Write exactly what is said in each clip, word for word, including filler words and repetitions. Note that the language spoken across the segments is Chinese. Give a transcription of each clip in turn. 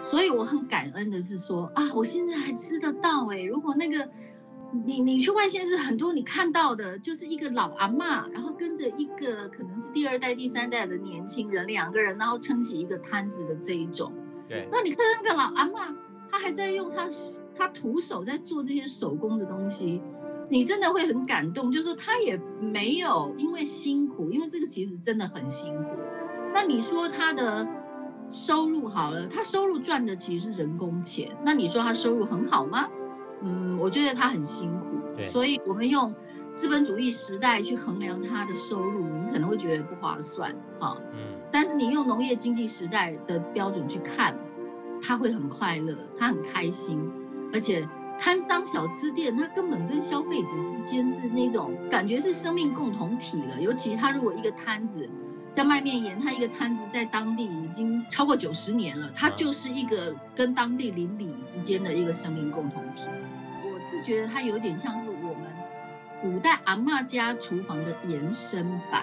所以我很感恩的是说啊，我现在还吃得到哎、欸。如果那个你你去外县市，很多你看到的就是一个老阿嬷，然后跟着一个可能是第二代、第三代的年轻人，两个人然后撑起一个摊子的这一种。 对， 那你看那个老阿嬷，她还在用她她徒手在做这些手工的东西，你真的会很感动。就是说她也没有因为辛苦，因为这个其实真的很辛苦。那你说她的收入好了，她收入赚的其实是人工钱，那你说她收入很好吗？嗯，我觉得她很辛苦，所以我们用资本主义时代去衡量她的收入，你可能会觉得不划算，哈，嗯。但是你用农业经济时代的标准去看，他会很快乐，他很开心，而且摊商小吃店，他根本跟消费者之间是那种感觉是生命共同体了。尤其他如果一个摊子，像卖面盐，他一个摊子在当地已经超过九十年了，他就是一个跟当地邻里之间的一个生命共同体。我是觉得它有点像是我们古代阿嬷家厨房的延伸版。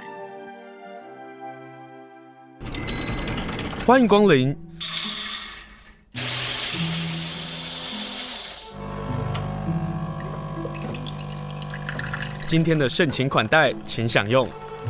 欢迎光临。今天的盛情款待，请享用。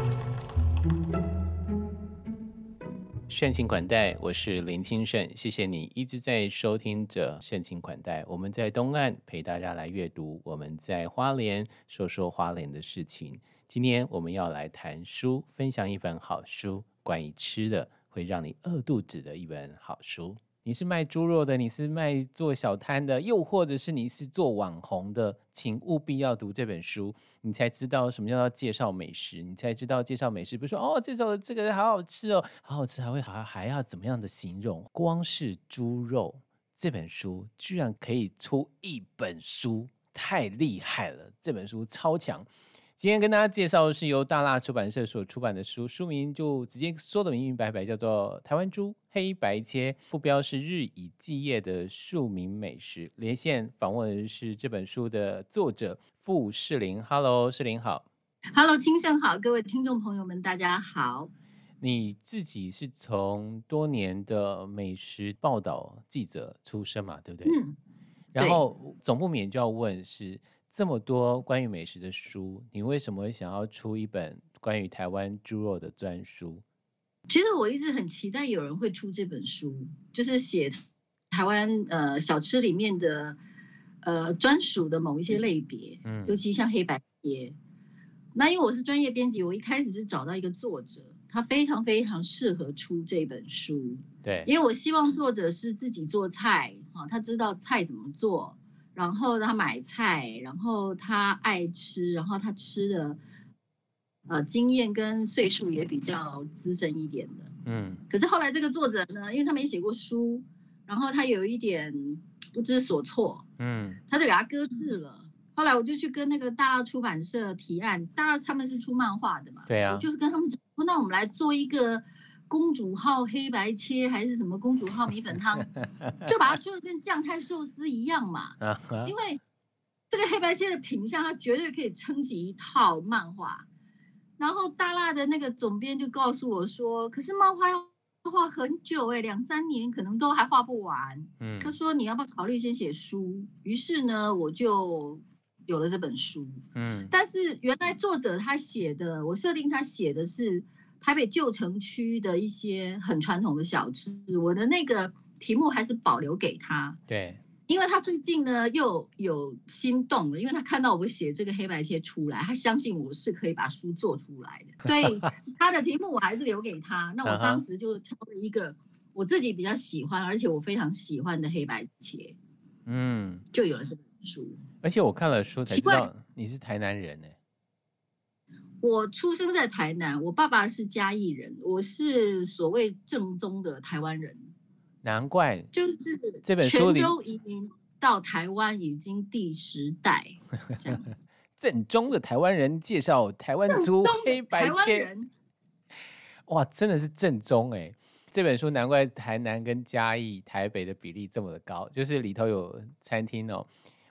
盛情款待，我是林清盛，谢谢你一直在收听着盛情款待。我们在东岸陪大家来阅读，我们在花莲说说花莲的事情。今天我们要来谈书，分享一本好书，关于吃的，会让你饿肚子的一本好书。你是卖猪肉的，你是卖做小摊的，又或者是你是做网红的，请务必要读这本书，你才知道什么叫介绍美食，你才知道介绍美食不是说哦，介绍的这个好好吃哦，好好吃还会还还要怎么样的形容。光是猪肉这本书居然可以出一本书，太厉害了，这本书超强。今天跟大家介绍的是由大辣出版社所出版的书，书名就直接说的明明白白，叫做《台湾猪黑白切》，副标是日以继夜的庶民美食。连线访问的是这本书的作者傅士林。 Hello， 士林好。 Hello， 清盛好，各位听众朋友们大家好。 你自己是从多年的美食报道记者出身嘛，对不对？嗯，然后总不免就要问是这么多关于美食的书，你为什么会想要出一本关于台湾猪肉的专书？ 其实我一直很期待有人会出这本书，就是写台湾呃小吃里面的呃专属的某一些类别，嗯，尤其像黑白切。那因为我是专业编辑，我一开始是找到一个作者，他非常非常适合出这本书。 对， 因为我希望作者是自己做菜，他知道菜怎么做。然后他买菜，然后他爱吃，然后他吃的呃经验跟岁数也比较资深一点的，嗯。可是后来这个作者呢，因为他没写过书，然后他有一点不知所措，嗯，他就给他搁置了。后来我就去跟那个大辣出版社提案，大辣他们是出漫画的嘛， 对啊， 我就是跟他们讲，那我们来做一个公主号黑白切还是什么公主号米粉汤，就把它做的跟酱太寿司一样嘛。因为这个黑白切的品相，它绝对可以撑起一套漫画。然后大辣的那个总编就告诉我说，可是漫画要画很久哎、欸，两三年可能都还画不完。嗯，他说你要不要考虑先写书？于是呢，我就有了这本书。嗯，但是原来作者他写的，我设定他写的是台北旧城区的一些很传统的小吃，我的那个题目还是保留给他。 对， 因为他最近呢又有心动了，因为他看到我写这个黑白切出来，他相信我是可以把书做出来的，所以他的题目我还是留给他。那我当时就挑了一个我自己比较喜欢，而且我非常喜欢的黑白切，嗯，就有了这本书。 而且我看了书才知道你是台南人哎。 我出生在台南，我爸爸是嘉义人，我是所谓正宗的台湾人。 难怪， 就是这本书里泉州移民到台湾已经第十代， 正宗的台湾人介绍台湾猪黑白切，哇，真的是正宗哎！这本书难怪台南跟嘉义、台北的比例这么的高，就是里头有餐厅哦。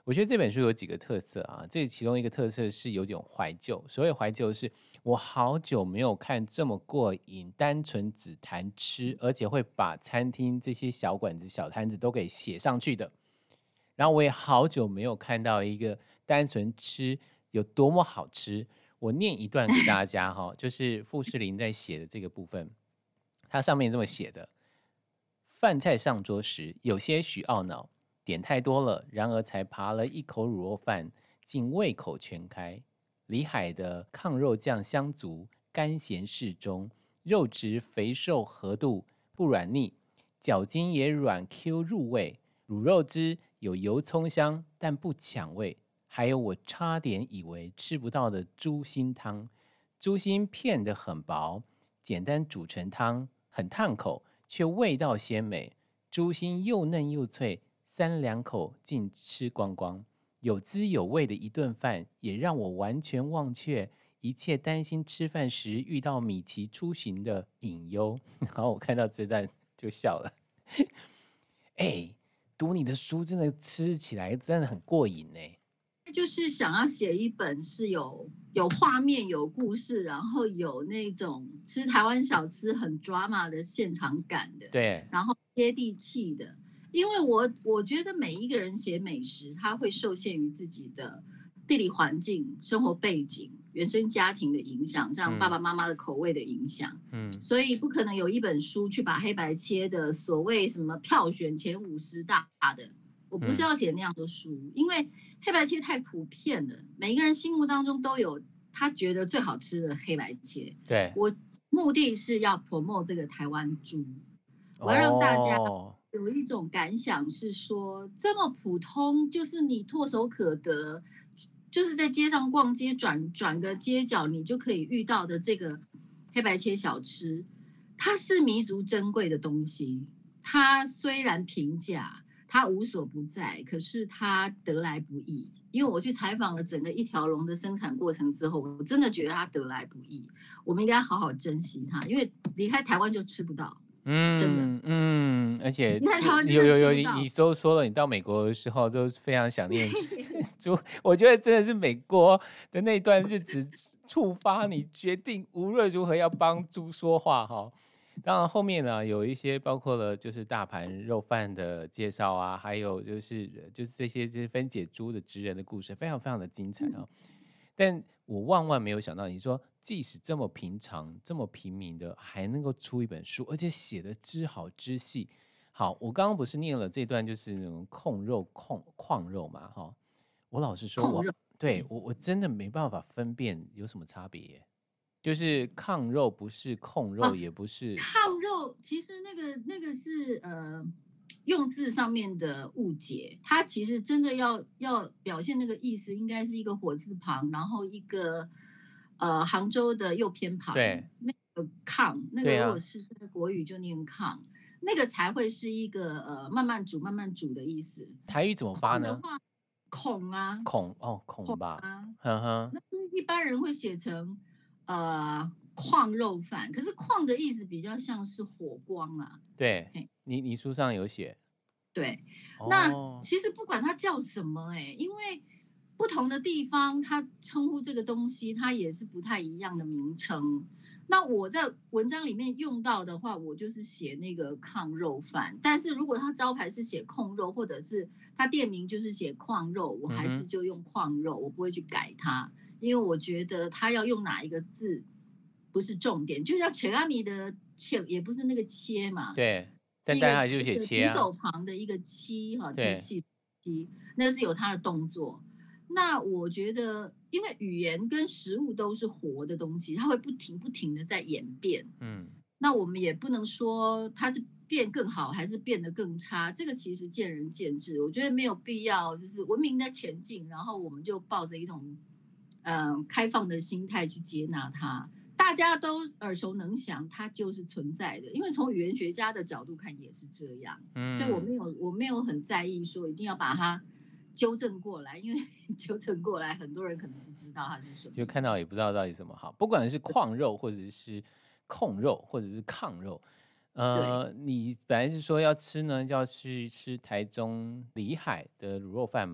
我觉得这本书有几个特色啊，这其中一个特色是有点怀旧。所谓怀旧是，我好久没有看这么过瘾，单纯只谈吃，而且会把餐厅这些小馆子、小摊子都给写上去的。然后我也好久没有看到一个单纯吃有多么好吃。我念一段给大家哈，就是傅士林在写的这个部分，他上面这么写的：饭菜上桌时，有些许懊恼。点太多了，然而才扒了一口卤肉饭，竟胃口全开。里海的炕肉酱香足，甘咸适中，肉质肥瘦合度不软腻，脚筋也软 Q 入味。卤肉汁有油葱香，但不抢味。还有我差点以为吃不到的猪心汤，猪心片得很薄，简单煮成汤，很烫口，却味道鲜美。猪心又嫩又脆。三两口尽吃光光，有滋有味的一顿饭，也让我完全忘却一切担心吃饭时遇到米奇出行的隐忧。然后我看到这段就笑了。哎、欸，读你的书真的吃起来真的很过瘾呢。 就是想要写一本是有有画面、有故事，然后有那种吃台湾小吃很 drama 的现场感的， 对， 然后接地气的。因为我我觉得每一个人写美食，他会受限于自己的地理环境、生活背景、原生家庭的影响，像爸爸妈妈的口味的影响，嗯，所以不可能有一本书去把黑白切的所谓什么票选前五十大的，我不是要写那样的书，嗯、因为黑白切太普遍了，每一个人心目当中都有他觉得最好吃的黑白切。 对， 我目的是要 promote 这个台湾猪，我要让大家。哦，有一种感想是说，这么普通，就是你唾手可得，就是在街上逛街转转个街角，你就可以遇到的这个黑白切小吃，它是弥足珍贵的东西。它虽然平价，它无所不在，可是它得来不易。因为我去采访了整个一条龙的生产过程之后，我真的觉得它得来不易。我们应该好好珍惜它，因为离开台湾就吃不到。 嗯， 真的， 嗯，而且有有有有，你都说了，你到美国的时候都非常想念猪，我觉得真的是美国的那段日子触发你决定无论如何要帮猪说话哈。当然后面呢有一些包括了就是大盘肉饭的介绍啊，还有就是就是这些这些分解猪的职人的故事，非常非常的精彩啊。但我万万没有想到，你说即使这么平常、这么平民的，还能够出一本书，而且写的知好知细。好，我刚刚不是念了这段，就是那种控肉、控矿肉嘛，哈。我老实说我，我对我我真的没办法分辨有什么差别耶。就是抗肉不是控肉，啊、也不是抗肉，其实那个那个是呃。用字上面的误解，它其实真的要要表现那个意思，应该是一个火字旁，然后一个呃杭州的右偏旁， 对， 那个抗，那个如果是这个国语就念抗，那个才会是一个呃慢慢煮慢慢煮的意思。 台语怎么发呢？ 孔啊， 孔哦孔吧，啊，呵呵， 那一般人会写成呃矿肉饭，可是矿的意思比较像是火光啊。 对，你你书上有写。 对，那其实不管它叫什么，哎，因为不同的地方它称呼这个东西，它也是不太一样的名称。那我在文章里面用到的话，我就是写那个炕肉饭。但是如果它招牌是写控肉，或者是它店名就是写矿肉，我还是就用矿肉，我不会去改它，因为我觉得它要用哪一个字不是重点。就像切拉米的切，也不是那个切嘛， 对。但大家就写切啊， 提手旁的一个七哈，切气七，那是有它的动作。那我觉得，因为语言跟食物都是活的东西，它会不停不停的在演变。嗯，那我们也不能说它是变更好还是变得更差，这个其实见仁见智。我觉得没有必要，就是文明的前进，然后我们就抱着一种嗯、呃、开放的心态去接纳它。大家都耳熟能详，它就是存在的。因为从语言学家的角度看也是这样，嗯、所以我没有我没有很在意说一定要把它纠正过来，因为纠正过来很多人可能不知道它是什么， 就看到也不知道到底什么好。不管是矿肉或者是控肉或者是抗肉，呃，你本来是说要吃呢，就要去吃台中里海的卤肉饭嘛。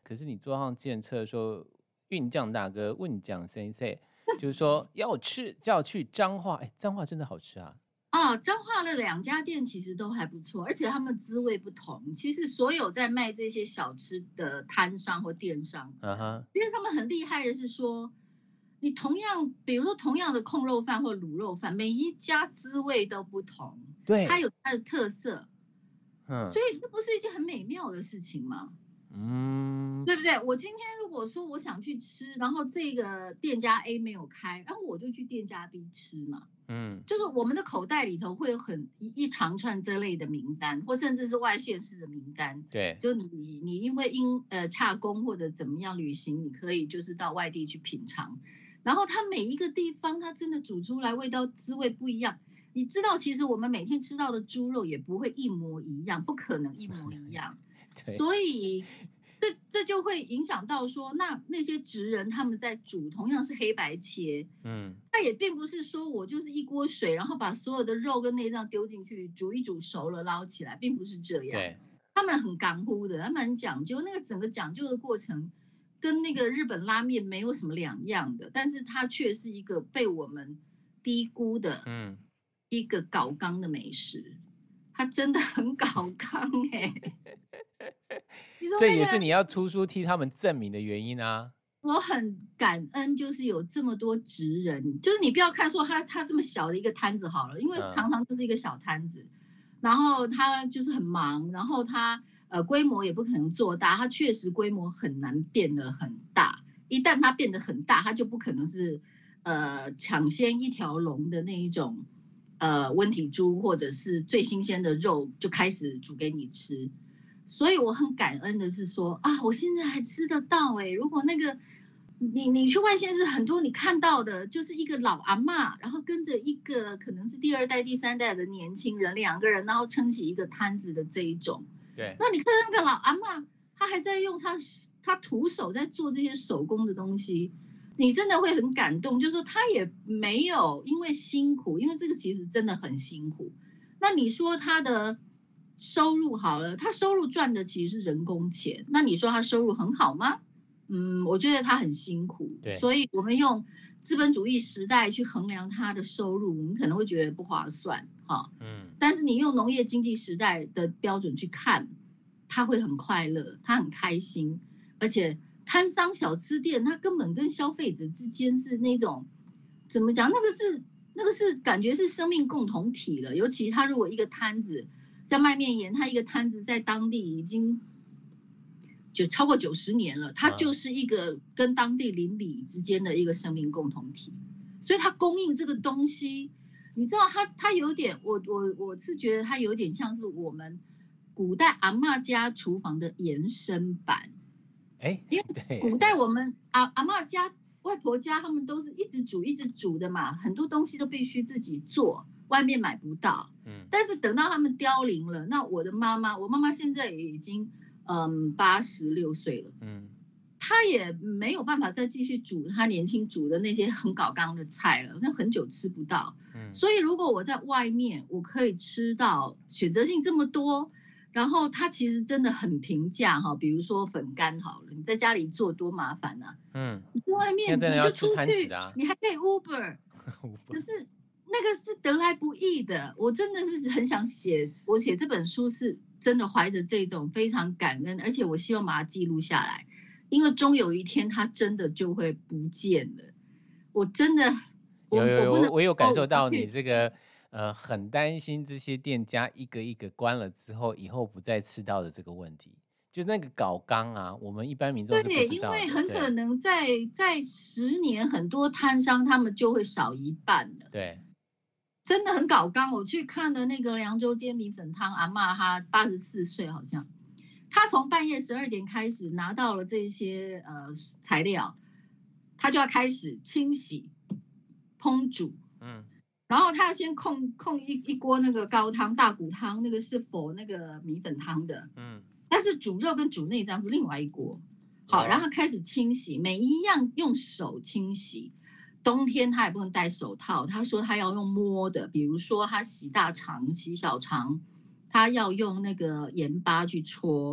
可是你坐上计程车的时候，运将大哥问讲先生，就是说要吃就要去彰化，哎，彰化真的好吃啊。 啊，彰化的两家店其实都还不错，而且他们滋味不同。其实所有在卖这些小吃的摊商或电商， 嗯哼， 因为他们很厉害的是说，你同样，比如说同样的控肉饭或卤肉饭，每一家滋味都不同， 对， 它有它的特色， 嗯， 所以这不是一件很美妙的事情吗？ 嗯， 对不对？我今天如果说我想去吃，然后这个店家 A 没有开，然后我就去店家 B 吃嘛。 嗯， 就是我们的口袋里头会有很一一长串这类的名单，或甚至是外县市的名单。 对， 就你你因为因呃洽公或者怎么样旅行，你可以就是到外地去品尝。然后它每一个地方，它真的煮出来味道滋味不一样。你知道，其实我们每天吃到的猪肉也不会一模一样，不可能一模一样。所以这这就会影响到说，那那些职人他们在煮，同样是黑白切，嗯，他也并不是说我就是一锅水，然后把所有的肉跟内脏丢进去煮一煮熟了捞起来，并不是这样。对，他们很干乎的，他们很讲究，那个整个讲究的过程跟那个日本拉面没有什么两样的，但是它却是一个被我们低估的，嗯，一个搞纲的美食。它真的很搞纲哎、欸， 这也是你要出书替他们证明的原因啊。 我很感恩，就是有这么多职人，就是你不要看说他他这么小的一个摊子好了，因为常常就是一个小摊子，嗯、然后他就是很忙，然后他呃规模也不可能做大，他确实规模很难变得很大。一旦它变得很大，它就不可能是呃抢先一条龙的那一种。呃，温体猪或者是最新鲜的肉就开始煮给你吃，所以我很感恩的是说啊，我现在还吃得到哎、欸。如果那个你你去外县市，很多你看到的就是一个老阿嬷，然后跟着一个可能是第二代、第三代的年轻人，两个人然后撑起一个摊子的这一种。 对， 那你看那个老阿嬷，她还在用她她徒手在做这些手工的东西。你真的会很感动，就是说他也没有因为辛苦，因为这个其实真的很辛苦。那你说他的收入好了，他收入赚的其实是人工钱，那你说他收入很好吗？嗯，我觉得他很辛苦，所以我们用资本主义时代去衡量他的收入，我们可能会觉得不划算，哈，嗯。但是你用农业经济时代的标准去看，他会很快乐，他很开心，而且。摊商小吃店，它根本跟消费者之间是那种怎么讲？那个是那个是感觉是生命共同体了。尤其他如果一个摊子像卖面盐，他一个摊子在当地已经就超过九十年了，它就是一个跟当地邻里之间的一个生命共同体。所以它供应这个东西，你知道它它有点，我我我是觉得它有点像是我们古代阿嬷家厨房的延伸版。 哎， 因为古代我们阿阿嬷家、外婆家，他们都是一直煮、一直煮的嘛，很多东西都必须自己做，外面买不到。嗯，但是等到他们凋零了，那我的妈妈，我妈妈现在也已经嗯八十六岁了，嗯，她也没有办法再继续煮她年轻煮的那些很搞纲的菜了，那很久吃不到。嗯，所以如果我在外面，我可以吃到选择性这么多。然后它其实真的很平价哈，比如说粉干好了，你在家里做多麻烦啊。嗯，你在外面你就出去，啊、你还可以 Uber， 可是那个是得来不易的。我真的是很想写，我写这本书是真的怀着这种非常感恩，而且我希望把它记录下来，因为终有一天它真的就会不见了。我真的，我有有有， 我, 我, 我有感受到你这个。呃，很担心这些店家一个一个关了之后，以后不再吃到的这个问题，就是那个搞纲啊，我们一般民众是不知道的。 对，因为很可能在在十年，很多摊商他们就会少一半了。 对， 真的很搞纲。我去看了那个凉州煎米粉汤，阿嬷她八十四岁，好像她从半夜十二点开始拿到了这些呃材料，她就要开始清洗、烹煮，嗯。然后他要先控控一一锅那个高汤大骨汤，那个是否那个米粉汤的，嗯，但是煮肉跟煮内脏是另外一锅。好，然后开始清洗，每一样用手清洗。冬天他也不能戴手套，他说他要用摸的，比如说他洗大肠、洗小肠，他要用那个盐巴去搓，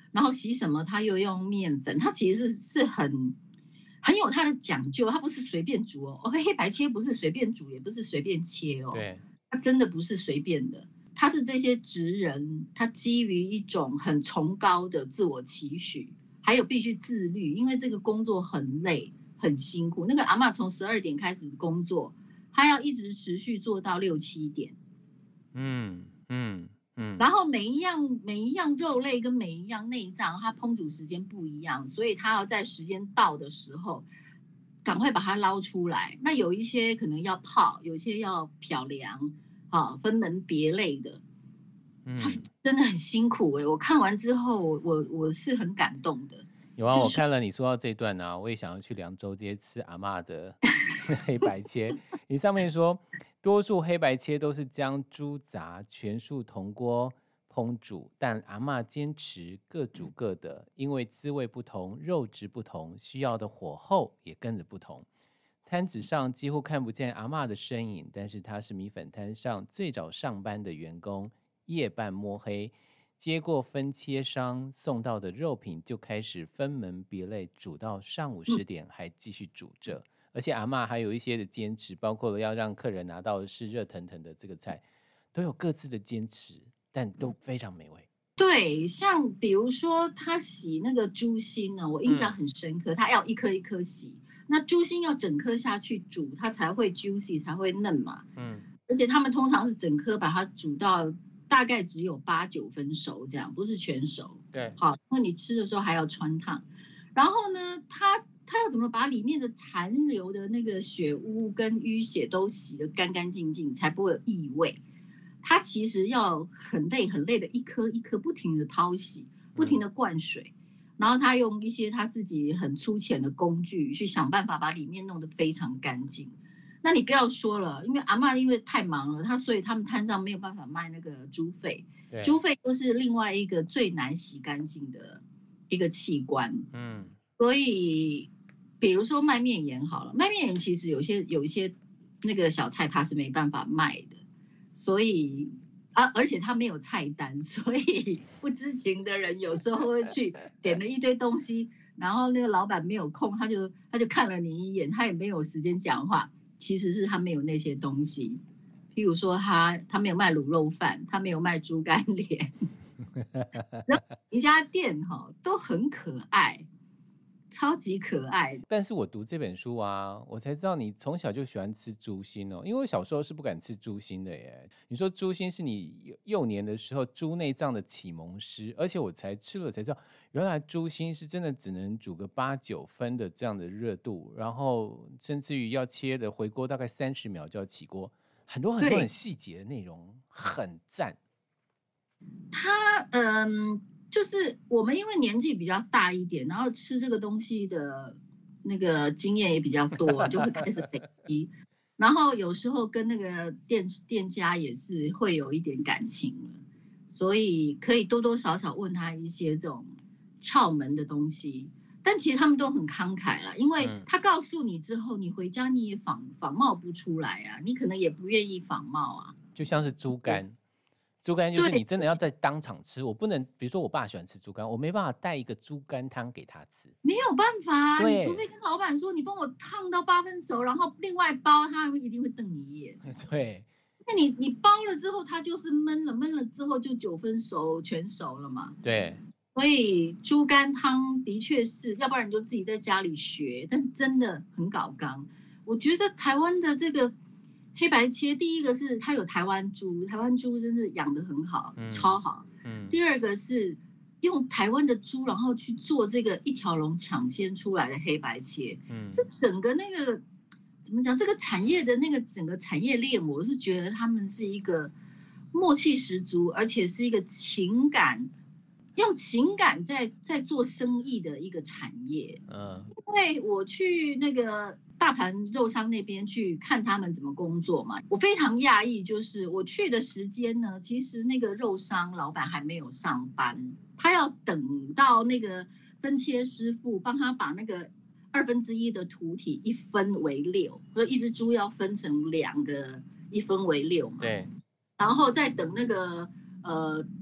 然后洗什么他又用面粉，他其实是是很很有他的讲究，他不是随便煮哦，黑白切不是随便煮，也不是随便切哦， 对， 他真的不是随便的。他是这些职人，他基于一种很崇高的自我期许，还有必须自律，因为这个工作很累很辛苦。那个阿嬷从十二点开始工作，她要一直持续做到六七点。 嗯嗯嗯。 然后每一样每一样肉类跟每一样内脏，它烹煮时间不一样，所以她要在时间到的时候，赶快把它捞出来。那有一些可能要泡，有些要漂凉。啊，分门别类的，他真的很辛苦哎、欸！我看完之后，我我是很感动的。 有啊，我看了你说到这段啊，我也想要去凉州街吃阿嬷的黑白切。你上面说，多数黑白切都是将猪杂全数同锅烹煮，但阿嬷坚持各煮各的，因为滋味不同，肉质不同，需要的火候也跟着不同。摊子上几乎看不见阿嬷的身影，但是她是米粉摊上最早上班的员工，夜半摸黑接过分切商送到的肉品，就开始分门别类煮到上午十点，还继续煮着。而且阿嬷还有一些的坚持，包括了要让客人拿到的是热腾腾的这个菜，都有各自的坚持，但都非常美味。 对，像比如说他洗那个猪心呢，我印象很深刻，嗯、他要一颗一颗洗。那猪心要整颗下去煮，它才会 juicy， 才会嫩嘛。嗯，而且他们通常是整颗把它煮到大概只有八九分熟，这样不是全熟。 对， 好，那你吃的时候还要穿烫。然后呢，它它要怎么把里面的残留的那个血污跟淤血都洗得干干净净，才不会有异味？它其实要很累很累的，一颗一颗不停的淘洗，不停的灌水。嗯，然后他用一些他自己很粗浅的工具去想办法把里面弄得非常干净。那你不要说了，因为阿嬷因为太忙了，他所以他们摊上没有办法卖那个猪肺，猪肺都是另外一个最难洗干净的一个器官。嗯，所以比如说卖面盐好了，卖面盐其实有些有一些那个小菜它是没办法卖的，所以。啊，而且他没有菜单，所以不知情的人有时候会去点了一堆东西，然后那个老板没有空，他就他就看了你一眼，他也没有时间讲话。其实是他没有那些东西，譬如说他他没有卖卤肉饭，他没有卖猪肝脸，一家店哈都很可爱。超级可爱。 但是我读这本书啊，我才知道你从小就喜欢吃猪心哦，因为我小时候是不敢吃猪心的耶。你说猪心是你幼年的时候猪内脏的启蒙师，而且我才吃了才知道，原来猪心是真的只能煮个八九分的这样的热度，然后甚至于要切的回锅大概三十秒就要起锅，很多很多很细节的内容，很赞。 他嗯。就是我们因为年纪比较大一点，然后吃这个东西的那个经验也比较多，就会开始累积。然后有时候跟那个店店家也是会有一点感情了，所以可以多多少少问他一些这种窍门的东西。但其实他们都很慷慨了，因为他告诉你之后，你回家你也仿仿冒不出来啊，你可能也不愿意仿冒啊。 就像是猪肝。猪肝就是你真的要在当场吃，我不能，比如说我爸喜欢吃猪肝，我没办法带一个猪肝汤给他吃， 没有办法，你除非跟老板说你帮我烫到八分熟，然后另外包，他一定会瞪你一眼。 对， 那你你包了之后，它就是焖了，焖了之后就九分熟，全熟了嘛。 对， 所以猪肝汤的确是，要不然你就自己在家里学，但是真的很搞纲。我觉得台湾的这个。黑白切，第一个是它有台湾猪，台湾猪真的养得很好，嗯、超好。嗯，第二个是用台湾的猪，然后去做这个一条龙抢先出来的黑白切。嗯，这整个那个怎么讲？这个产业的那个整个产业链，我是觉得他们是一个默契十足，而且是一个情感，用情感在在做生意的一个产业。嗯，因为我去那个。大盘肉商那边去看他们怎么工作嘛，我非常讶异，就是我去的时间呢，其实那个肉商老板还没有上班，他要等到那个分切师傅帮他把那个二分之一的土体一分为六，所以一只猪要分成两个，一分为六嘛。 对， 然后再等那个呃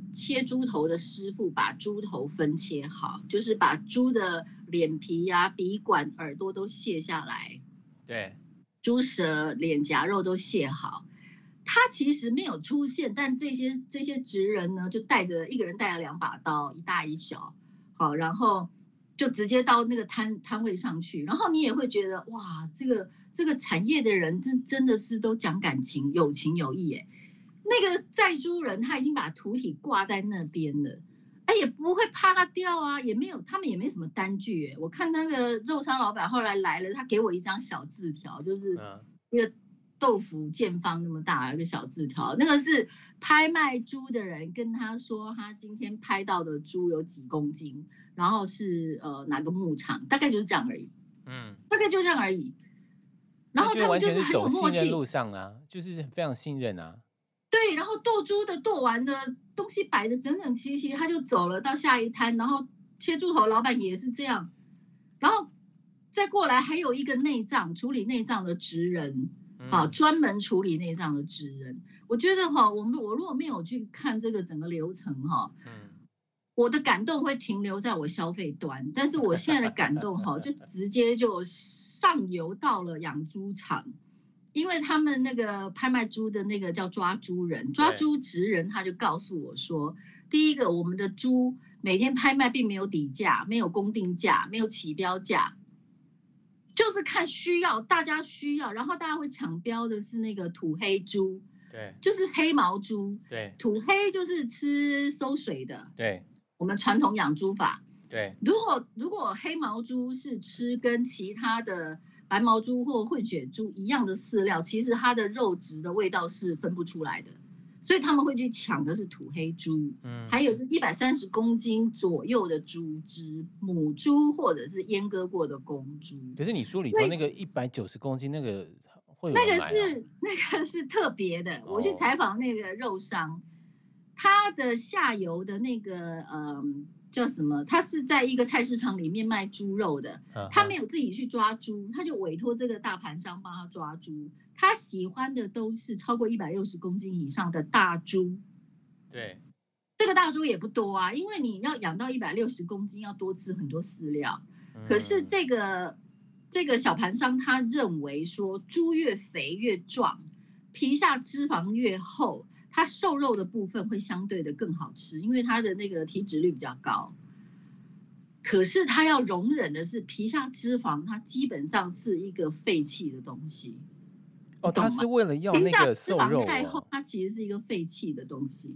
切猪头的师傅把猪头分切好，就是把猪的脸皮啊、鼻管、耳朵都卸下来， 对， 猪舌、脸颊肉都卸好。他其实没有出现，但这些这些职人呢，就带着一个人带了两把刀，一大一小，好，然后就直接到那个摊摊位上去，然后你也会觉得哇，这个这个产业的人真真的是都讲感情，有情有义耶。那个载猪人他已经把屠体挂在那边了，哎，也不会趴掉啊，也没有，他们也没什么单据耶。我看那个肉商老板后来来了，他给我一张小字条，就是一个豆腐见方那么大一个小字条，那个是拍卖猪的人跟他说他今天拍到的猪有几公斤，然后是呃哪个牧场，大概就是这样而已，嗯，大概就这样而已。然后他们就是很有默契， 路上啊，就是非常信任啊。 对，然后剁猪的剁完的东西摆的整整齐齐，他就走了到下一摊，然后切猪头老板也是这样，然后再过来还有一个内脏处理内脏的职人。啊，专门处理内脏的职人，我觉得哈，我们我如果没有去看这个整个流程哈，嗯，我的感动会停留在我消费端，但是我现在的感动哈，就直接就上游到了养猪场，因为他们那个拍卖猪的那个叫抓猪人，抓猪职人他就告诉我说，第一个，我们的猪每天拍卖并没有底价，没有公定价，没有起标价。就是看需要，大家需要，然后大家会抢标的是那个土黑猪， 对， 就是黑毛猪， 对， 土黑就是吃馊水的， 对， 我们传统养猪法， 对， 如果如果黑毛猪是吃跟其他的白毛猪或混血猪一样的饲料，其实它的肉质的味道是分不出来的。所以他们会去抢的是土黑猪，嗯，还有是一百三十公斤左右的猪只，母猪或者是阉割过的公猪。 可是你书里头那个一百九十公斤那个会有那个是那个是特别的，我去采访那个肉商，他的下游的那个嗯叫什么？他是在一个菜市场里面卖猪肉的，他没有自己去抓猪，他就委托这个大盘商帮他抓猪。他喜欢的都是超过一百六十公斤以上的大猪。 对， 这个大猪也不多啊，因为你要养到一百六十公斤，要多吃很多饲料。嗯、可是这个这个小盘商他认为说，猪越肥越壮，皮下脂肪越厚，它瘦肉的部分会相对的更好吃，因为它的那个体脂率比较高。可是它要容忍的是皮下脂肪，它基本上是一个废弃的东西。 哦，它是为了要那个瘦肉、哦， 太厚，它其实是一个废弃的东西。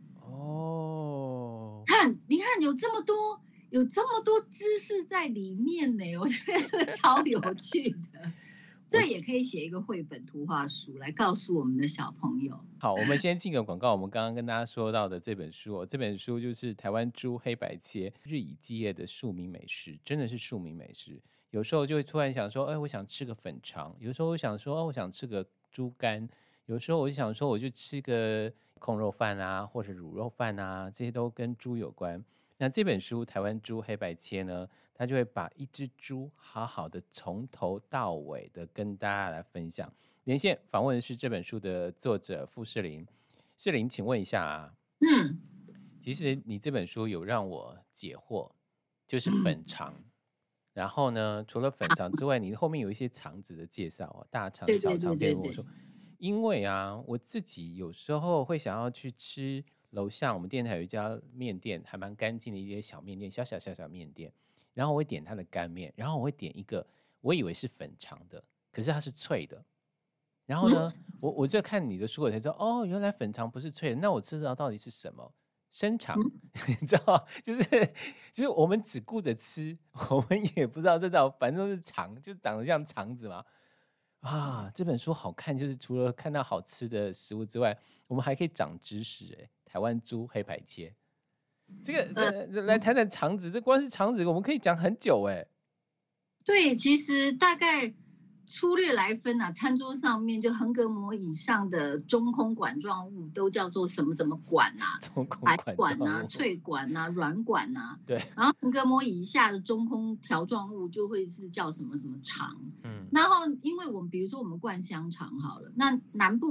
哦， 看，你看有这么多，有这么多知识在里面呢，我觉得超有趣的。这也可以写一个绘本图画书来告诉我们的小朋友。 好，我们先进个广告。我们刚刚跟大家说到的这本书、哦，这本书就是台湾猪黑白切日以继夜的庶民美食，真的是庶民美食。有时候就会突然想说，哎，我想吃个粉肠；有时候我想说，哦，我想吃个猪肝；有时候我就想说，我就吃个控肉饭啊，或者卤肉饭啊，这些都跟猪有关。那这本书《台湾猪黑白切》呢，它就会把一只猪好好的从头到尾的跟大家来分享。连线访问的是这本书的作者傅士林。士林，请问一下啊，嗯，其实你这本书有让我解惑，就是粉肠。嗯，然后呢，除了粉肠之外，你后面有一些肠子的介绍哦，大肠、小肠、便我说，因为啊，我自己有时候会想要去吃楼下我们电台有一家面店，还蛮干净的一些小面店，小小小小面店，然后我会点它的干面，然后我会点一个，我以为是粉肠的，可是它是脆的。然后呢，嗯、我我就看你的书，我才知道，哦，原来粉肠不是脆的，那我吃到到底是什么？生肠，你知道，就是就是我们只顾着吃，我们也不知道这叫，反正都是肠，就长得像肠子嘛。啊，这本书好看，就是除了看到好吃的食物之外，我们还可以长知识哎。台湾猪黑白切，这个、呃、来谈谈肠子，这光是肠子我们可以讲很久哎。 对，其实大概粗略来分啊，餐桌上面就横膈膜以上的中空管状物都叫做什么什么管啊，白管啊、脆管啊、软管啊。 对。 然后横膈膜以下的中空条状物就会是叫什么什么肠。嗯。然后，因为我们比如说我们灌香肠好了，那南部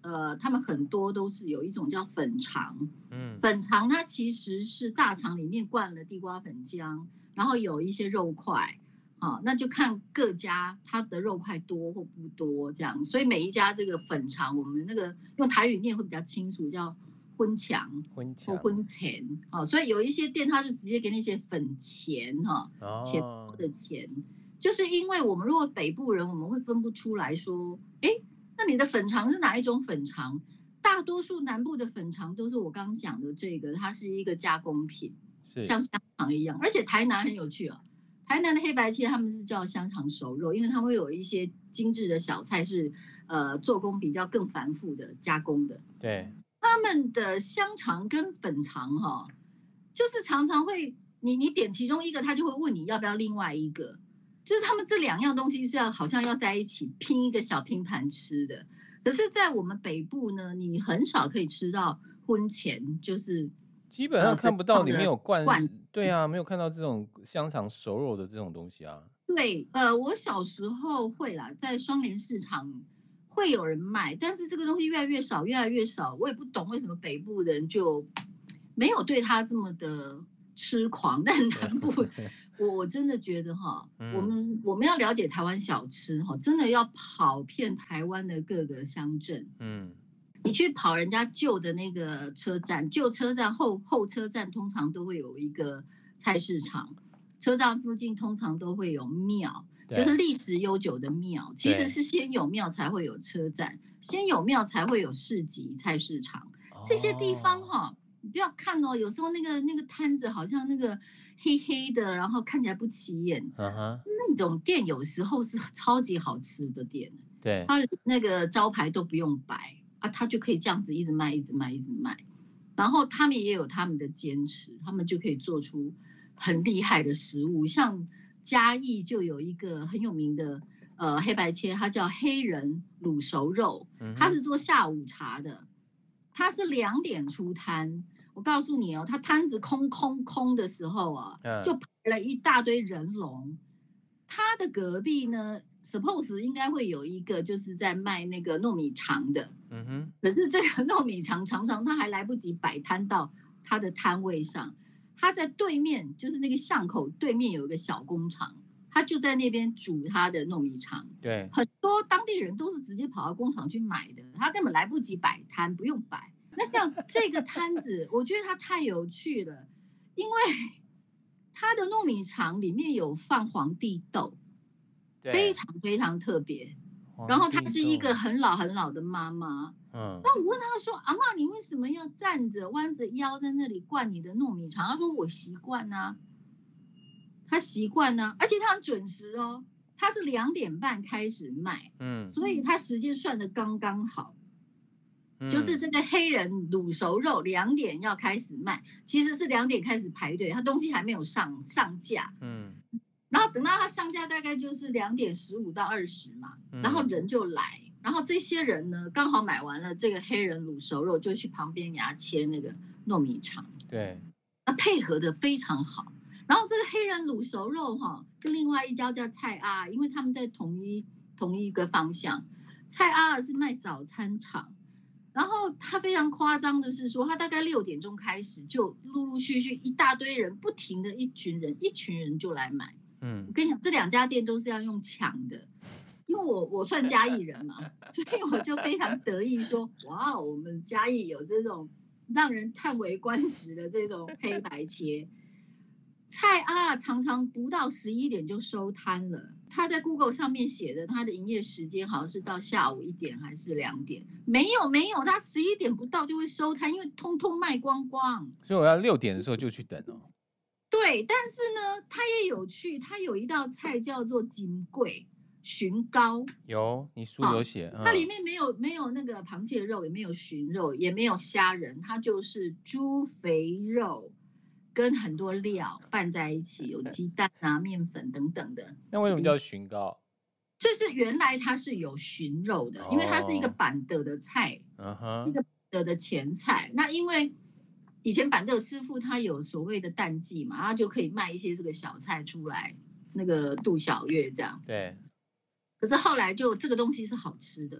呃，他们很多都是有一种叫粉肠， 嗯， 粉肠它其实是大肠里面灌了地瓜粉浆，然后有一些肉块。啊，那就看各家它的肉块多或不多这样，所以每一家这个粉肠，我们那个用台语念会比较清楚，叫荤肠婚墙或荤钱啊，所以有一些店它是直接给你写粉钱哈，钱包哦， 的钱，就是因为我们如果北部人，我们会分不出来说，哎，那你的粉肠是哪一种粉肠？大多数南部的粉肠都是我刚刚讲的这个，它是一个加工品， 是像香肠一样，而且台南很有趣啊。台南的黑白切他们是叫香肠熟肉，因为它会有一些精致的小菜是呃做工比较更繁复的加工的。 对， 他们的香肠跟粉肠哈、哦，就是常常会你你点其中一个，他就会问你要不要另外一个，就是他们这两样东西是要好像要在一起拼一个小拼盘吃的。可是，在我们北部呢，你很少可以吃到荤钱，就是基本上看不到里面有灌， 灌对啊，没有看到这种香肠熟肉的这种东西啊。 对，呃，我小时候会啦，在双连市场会有人卖，但是这个东西越来越少，越来越少。我也不懂为什么北部人就没有对它这么的痴狂，但南部我我真的觉得哈， 嗯我们我们要了解台湾小吃哈，真的要跑遍台湾的各个乡镇。 嗯， 你去跑人家旧的那个车站，旧车站后后车站通常都会有一个菜市场，车站附近通常都会有庙，就是历史悠久的庙。其实是先有庙才会有车站，先有庙才会有市集、菜市场。这些地方哈、哦，你不要看哦，有时候那个那个摊子好像那个黑黑的，然后看起来不起眼。 嗯哼， 那种店有时候是超级好吃的店， 对， 它那个招牌都不用摆。啊，他就可以这样子一直卖，一直卖，一直卖，然后他们也有他们的坚持，他们就可以做出很厉害的食物。像嘉义就有一个很有名的呃黑白切，它叫黑人卤熟肉，它是做下午茶的，它是两点出摊。我告诉你哦，它摊子空空空的时候啊，就排了一大堆人龙。它的隔壁呢，suppose 应该会有一个就是在卖那个糯米肠的， 嗯哼， 可是这个糯米肠常常他还来不及摆摊到他的摊位上，他在对面，就是那个巷口对面有一个小工厂，他就在那边煮他的糯米肠。 对， 很多当地人都是直接跑到工厂去买的，他根本来不及摆摊，不用摆。那像这个摊子，我觉得它太有趣了，因为它的糯米肠里面有放皇帝豆，非常非常特别。然后她是一个很老很老的妈妈，嗯，那我问她说：“阿嬷，你为什么要站着弯着腰在那里灌你的糯米肠？”她说：“我习惯啊，她习惯啊，而且她很准时哦，她是两点半开始卖，嗯，所以她时间算得刚刚好。”就是这个黑人卤熟肉两点要开始卖，其实是两点开始排队，他东西还没有上上架，嗯，然后等到他上架大概就是两点十五到二十嘛，然后人就来，然后这些人呢刚好买完了这个黑人卤熟肉，就去旁边给他切那个糯米肠， 对， 那配合的非常好。然后这个黑人卤熟肉哈，跟另外一家叫蔡阿，因为他们在同一同一个方向，蔡阿是卖早餐场。然后他非常夸张的是说，他大概六点钟开始，就陆陆续续一大堆人，不停的一群人，一群人就来买。嗯，我跟你讲，这两家店都是要用抢的，因为我我算嘉义人嘛，所以我就非常得意说，哇，我们嘉义有这种让人叹为观止的这种黑白切。蔡阿常常不到十一点就收摊了。他在 Google 上面写的，他的营业时间好像是到下午一点还是两点？没有没有，他十一点不到就会收摊，因为通通卖光光。 所以我要六点的时候就去等哦。 对，但是呢，他也有趣，他有一道菜叫做金贵鲟膏。 有，你书有写。 哦嗯、它里面没有没有那个螃蟹肉，也没有鲟肉，也没有虾仁，它就是猪肥肉。跟很多料拌在一起，有鸡蛋啊、面粉等等的。 那为什么叫鲟膏？ 这是原来它是有鲟肉的，因为它是一个板德的菜，一个板德的前菜。那因为以前板德师傅他有所谓的淡季嘛，他就可以卖一些这个小菜出来，那个度小月这样。 对。 可是后来就这个东西是好吃的，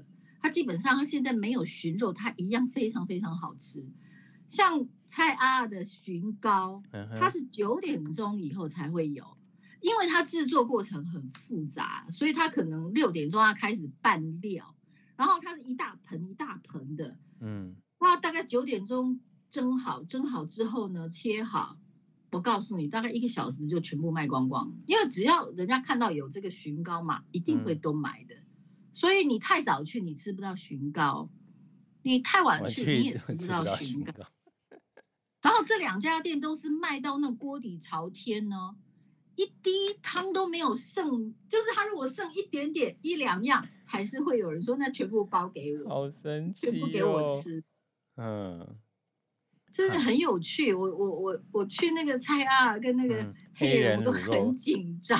它基本上它现在没有熏肉，它一样非常非常好吃。像蔡阿的熏糕，它是九点钟以后才会有，因为它制作过程很复杂，所以它可能六点钟要开始拌料，然后它是一大盆一大盆的，嗯，那大概九点钟蒸好，蒸好之后呢，切好，我告诉你，大概一个小时就全部卖光光，因为只要人家看到有这个熏糕嘛，一定会都买的。嗯，所以你太早去，你吃不到熏糕；你太晚去，你也吃不到熏糕。然后这两家店都是卖到那锅底朝天呢，一滴汤都没有剩，就是他如果剩一点点一两样，还是会有人说那全部包给我， 好神奇、哦， 全部给我吃。嗯，真的很有趣。我我我我去那个蔡阿跟那个黑人，我都很紧张。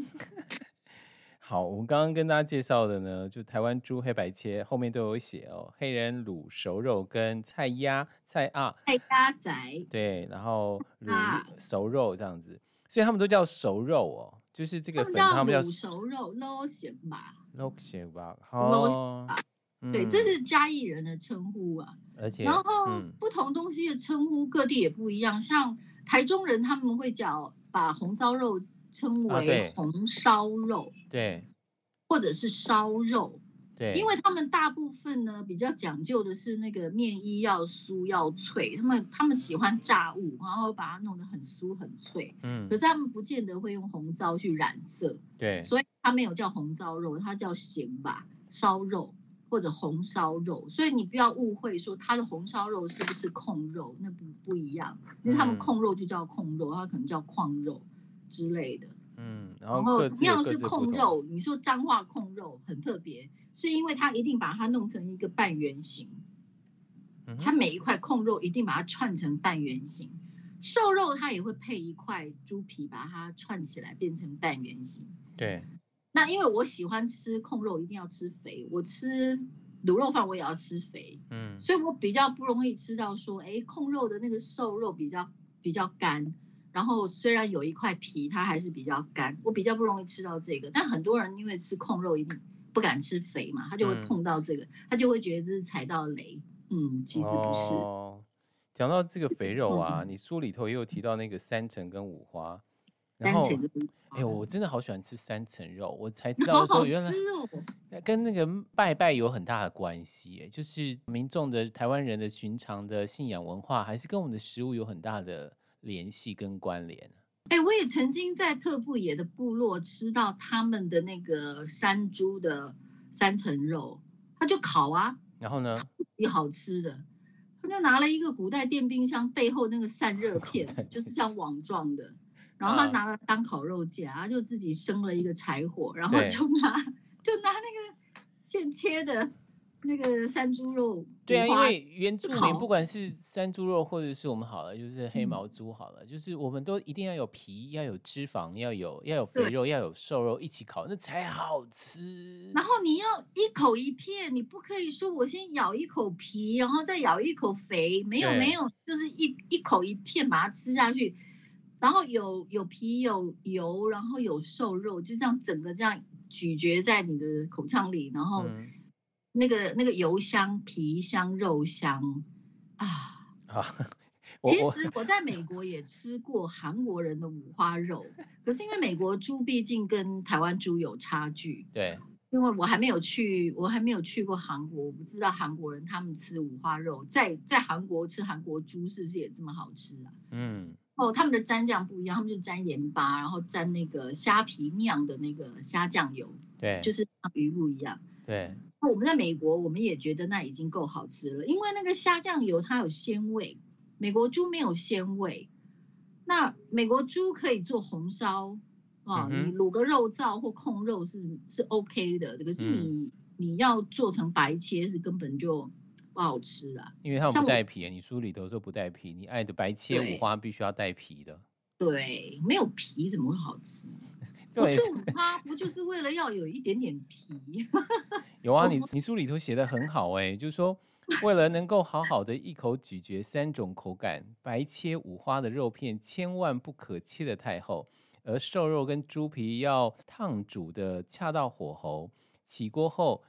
好，我们刚刚跟大家介绍的呢，就台湾猪黑白切后面都有写哦，黑人卤熟肉跟菜鸭菜鸭菜鸭仔， 对，然后卤熟肉这样子，所以他们都叫熟肉哦，就是这个粉他们叫卤熟肉，捞咸吧， 捞咸吧，哦， 对，这是嘉义人的称呼啊， 而且然后、嗯、不同东西的称呼各地也不一样，像台中人他们会叫把红糟肉称为红烧肉， 啊、对， 或者是烧肉， 对， 因为他们大部分呢比较讲究的是那个面衣要酥要脆，他们他们喜欢炸物，然后把它弄得很酥很脆，嗯，可是他们不见得会用红糟去染色， 对， 所以它没有叫红糟肉，它叫咸吧烧肉或者红烧肉，所以你不要误会说它的红烧肉是不是控肉，那不不一样，因为他们控肉就叫控肉，它可能叫矿肉之类的。嗯，然后同样是控肉，你说彰化控肉很特别，是因为它一定把它弄成一个半圆形，嗯、它每一块控肉一定把它串成半圆形。瘦肉它也会配一块猪皮把它串起来变成半圆形。 对， 那因为我喜欢吃控肉，一定要吃肥，我吃卤肉饭我也要吃肥，嗯，所以我比较不容易吃到说，哎，控肉的那个瘦肉比较比较干。然后虽然有一块皮，它还是比较干，我比较不容易吃到这个。但很多人因为吃控肉一定不敢吃肥嘛，他就会碰到这个，嗯、他就会觉得这是踩到雷。嗯，其实不是。 哦，讲到这个肥肉啊，嗯、你书里头也有提到那个三层跟五花，然后，哎呦，我真的好喜欢吃三层肉，我才知道说原来跟那个拜拜有很大的关系，就是民众的台湾人的寻常的信仰文化，还是跟我们的食物有很大的联系跟关联。 哎、欸，我也曾经在特富野的部落吃到他们的那个山猪的三层肉，他就烤啊， 然后呢， 也好吃的，他就拿了一个古代电冰箱背后那个散热片，就是像网状的，然后他拿了当烤肉架，他就自己生了一个柴火，然后就拿就拿那个现切的。那个山猪肉， 对啊，因为原住民不管是山猪肉或者是我们好了，就是黑毛猪好了，嗯、就是我们都一定要有皮，要有脂肪，要有要有肥肉，要有瘦肉一起烤，那才好吃。 然后你要一口一片，你不可以说我先咬一口皮，然后再咬一口肥，没有没有，就是一一口一片把它吃下去，然后有有皮有油，然后有瘦肉，就这样整个这样咀嚼在你的口腔里，然后。嗯那个那个油香、皮香、肉香啊！啊其实我在美国也吃过韩国人的五花肉，可是因为美国猪毕竟跟台湾猪有差距， 对， 因为我还没有去，我还没有去过韩国，我不知道韩国人他们吃五花肉，在在韩国吃韩国猪是不是也这么好吃啊？嗯，哦，他们的蘸酱不一样，他们就蘸盐巴，然后蘸那个虾皮酿的那个虾酱油， 对， 就是像鱼露一样， 对。 那我们在美国，我们也觉得那已经够好吃了，因为那个虾酱油它有鲜味，美国猪没有鲜味。那美国猪可以做红烧啊，嗯、你卤个肉燥或控肉是是 OK 的，可是你、嗯、你要做成白切是根本就不好吃啊， 因为它不带皮。你书里头说不带皮，你爱的白切五花必须要带皮的。 对，没有皮怎么会好吃？我吃五花不就是为了要有一点点皮？ 有啊，你你书里头写的很好哎、欸，就是说为了能够好好的一口咀嚼三种口感，白切五花的肉片千万不可切得太厚，而瘦肉跟猪皮要烫煮的恰到火候。起锅后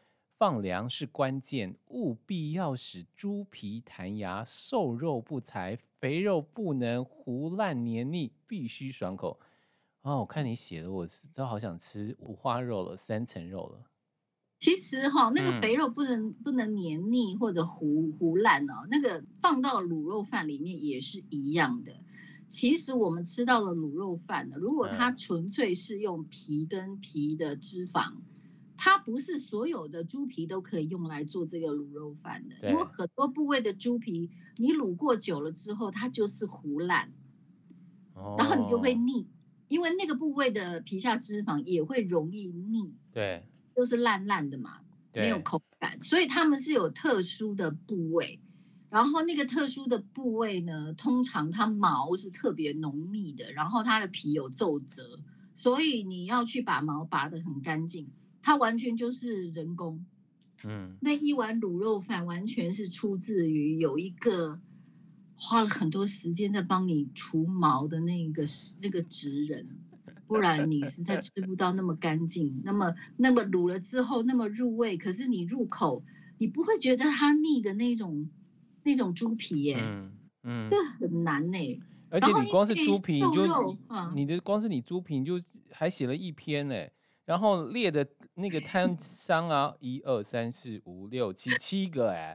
放凉是关键，务必要使猪皮弹牙，瘦肉不柴，肥肉不能糊烂黏腻，必须爽口。哦，我看你写的，我都好想吃五花肉了，三层肉了。 其实哈、哦，那个嗯肥肉不能、不能黏腻或者糊糊烂哦，那个放到卤肉饭里面也是一样的。其实我们吃到的卤肉饭呢，如果它嗯纯粹是用皮跟皮的脂肪，它不是所有的猪皮都可以用来做这个卤肉饭的，因为对， 很多部位的猪皮你卤过久了之后，它就是糊烂，然后你就会哦， 腻，因为那个部位的皮下脂肪也会容易腻。 对就是烂烂的嘛，没有对， 口感，所以他们是有特殊的部位。然后那个特殊的部位呢，通常它毛是特别浓密的，然后它的皮有皱褶，所以你要去把毛拔得很干净，它完全就是人工。 嗯， 那一碗卤肉饭完全是出自于有一个花了很多时间在帮你除毛的那个那个职人，不然你实在吃不到那么干净，那么那么卤了之后那么入味，可是你入口你不会觉得它腻的那种那种猪皮耶， 嗯嗯， 这很难呢。 而然后因且你光是为猪皮，你就瘦肉啊， 你的光是你猪皮，你就还写了一篇呢。然后列的那个摊商啊，一二三四五六七七个哎，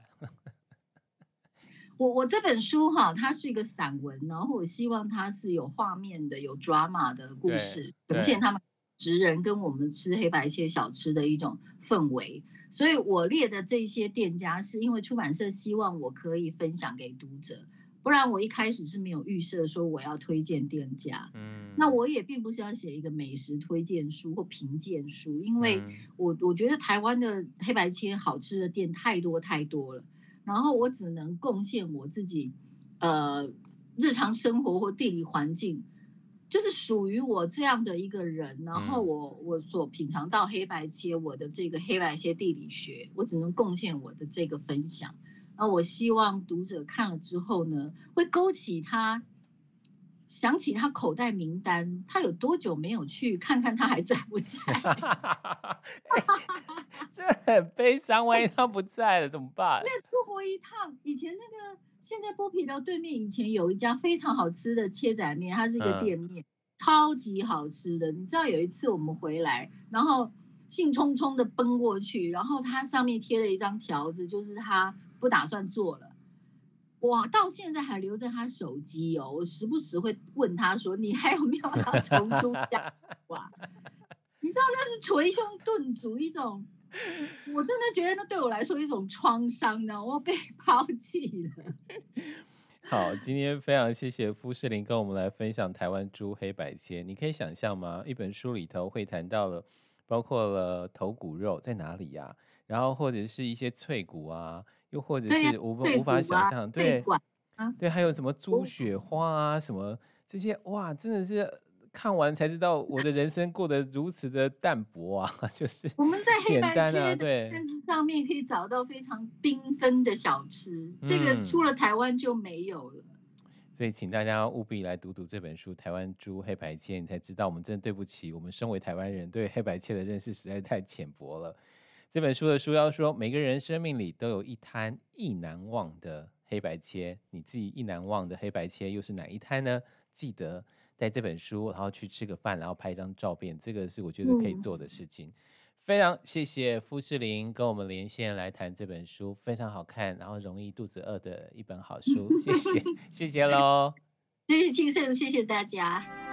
我我这本书哈，它是一个散文，然后我希望它是有画面的、有 drama 的故对事， 对呈现他们职人跟我们吃黑白切小吃的一种氛围。所以我列的这些店家，是因为出版社希望我可以分享给读者，不然我一开始是没有预设说我要推荐店家。 嗯， 那我也并不是要写一个美食推荐书或评鉴书，因为嗯我我觉得台湾的黑白切好吃的店太多太多了。然后我只能贡献我自己，呃，日常生活或地理环境，就是属于我这样的一个人。然后我我所品尝到黑白切，我的这个黑白切地理学，我只能贡献我的这个分享。然后我希望读者看了之后呢，会勾起他想起他口袋名单，他有多久没有去看看他还在不在？ 这很悲伤，万一他不在了怎么办？ 出国一趟，以前那个现在剥皮寮对面以前有一家非常好吃的切仔面，它是一个店面，嗯、超级好吃的。你知道有一次我们回来，然后兴冲冲的奔过去，然后它上面贴了一张条子，就是他不打算做了。我到现在还留着他手机哦，我时不时会问他说：“你还有没有要重出江湖啊？”你知道那是捶胸顿足一种。我真的觉得那对我来说一种创伤呢，我被抛弃了。 好，今天非常谢谢傅士林跟我们来分享台湾猪黑白切。你可以想象吗？一本书里头会谈到了，包括了头骨肉在哪里呀、啊？然后或者是一些脆骨啊，又或者是无、啊、无法想象，对、啊、对，还有什么猪血花啊，什么这些，哇，真的是。看完才知道我的人生过得如此的淡薄啊，就是我们在黑白切的对摊子上面可以找到非常缤纷的小吃，嗯、这个除了台湾就没有了。 所以请大家务必来读读这本书《台湾猪黑白切》，你才知道我们真的对不起，我们身为台湾人对黑白切的认识实在太浅薄了。这本书的书要说，每个人生命里都有一摊意难忘的黑白切，你自己意难忘的黑白切又是哪一摊呢？记得带这本书，然后去吃个饭，然后拍一张照片，这个是我觉得可以做的事情。嗯、非常谢谢傅士林跟我们连线来谈这本书，非常好看，然后容易肚子饿的一本好书，谢谢谢谢喽， 谢谢庆盛，谢谢大家。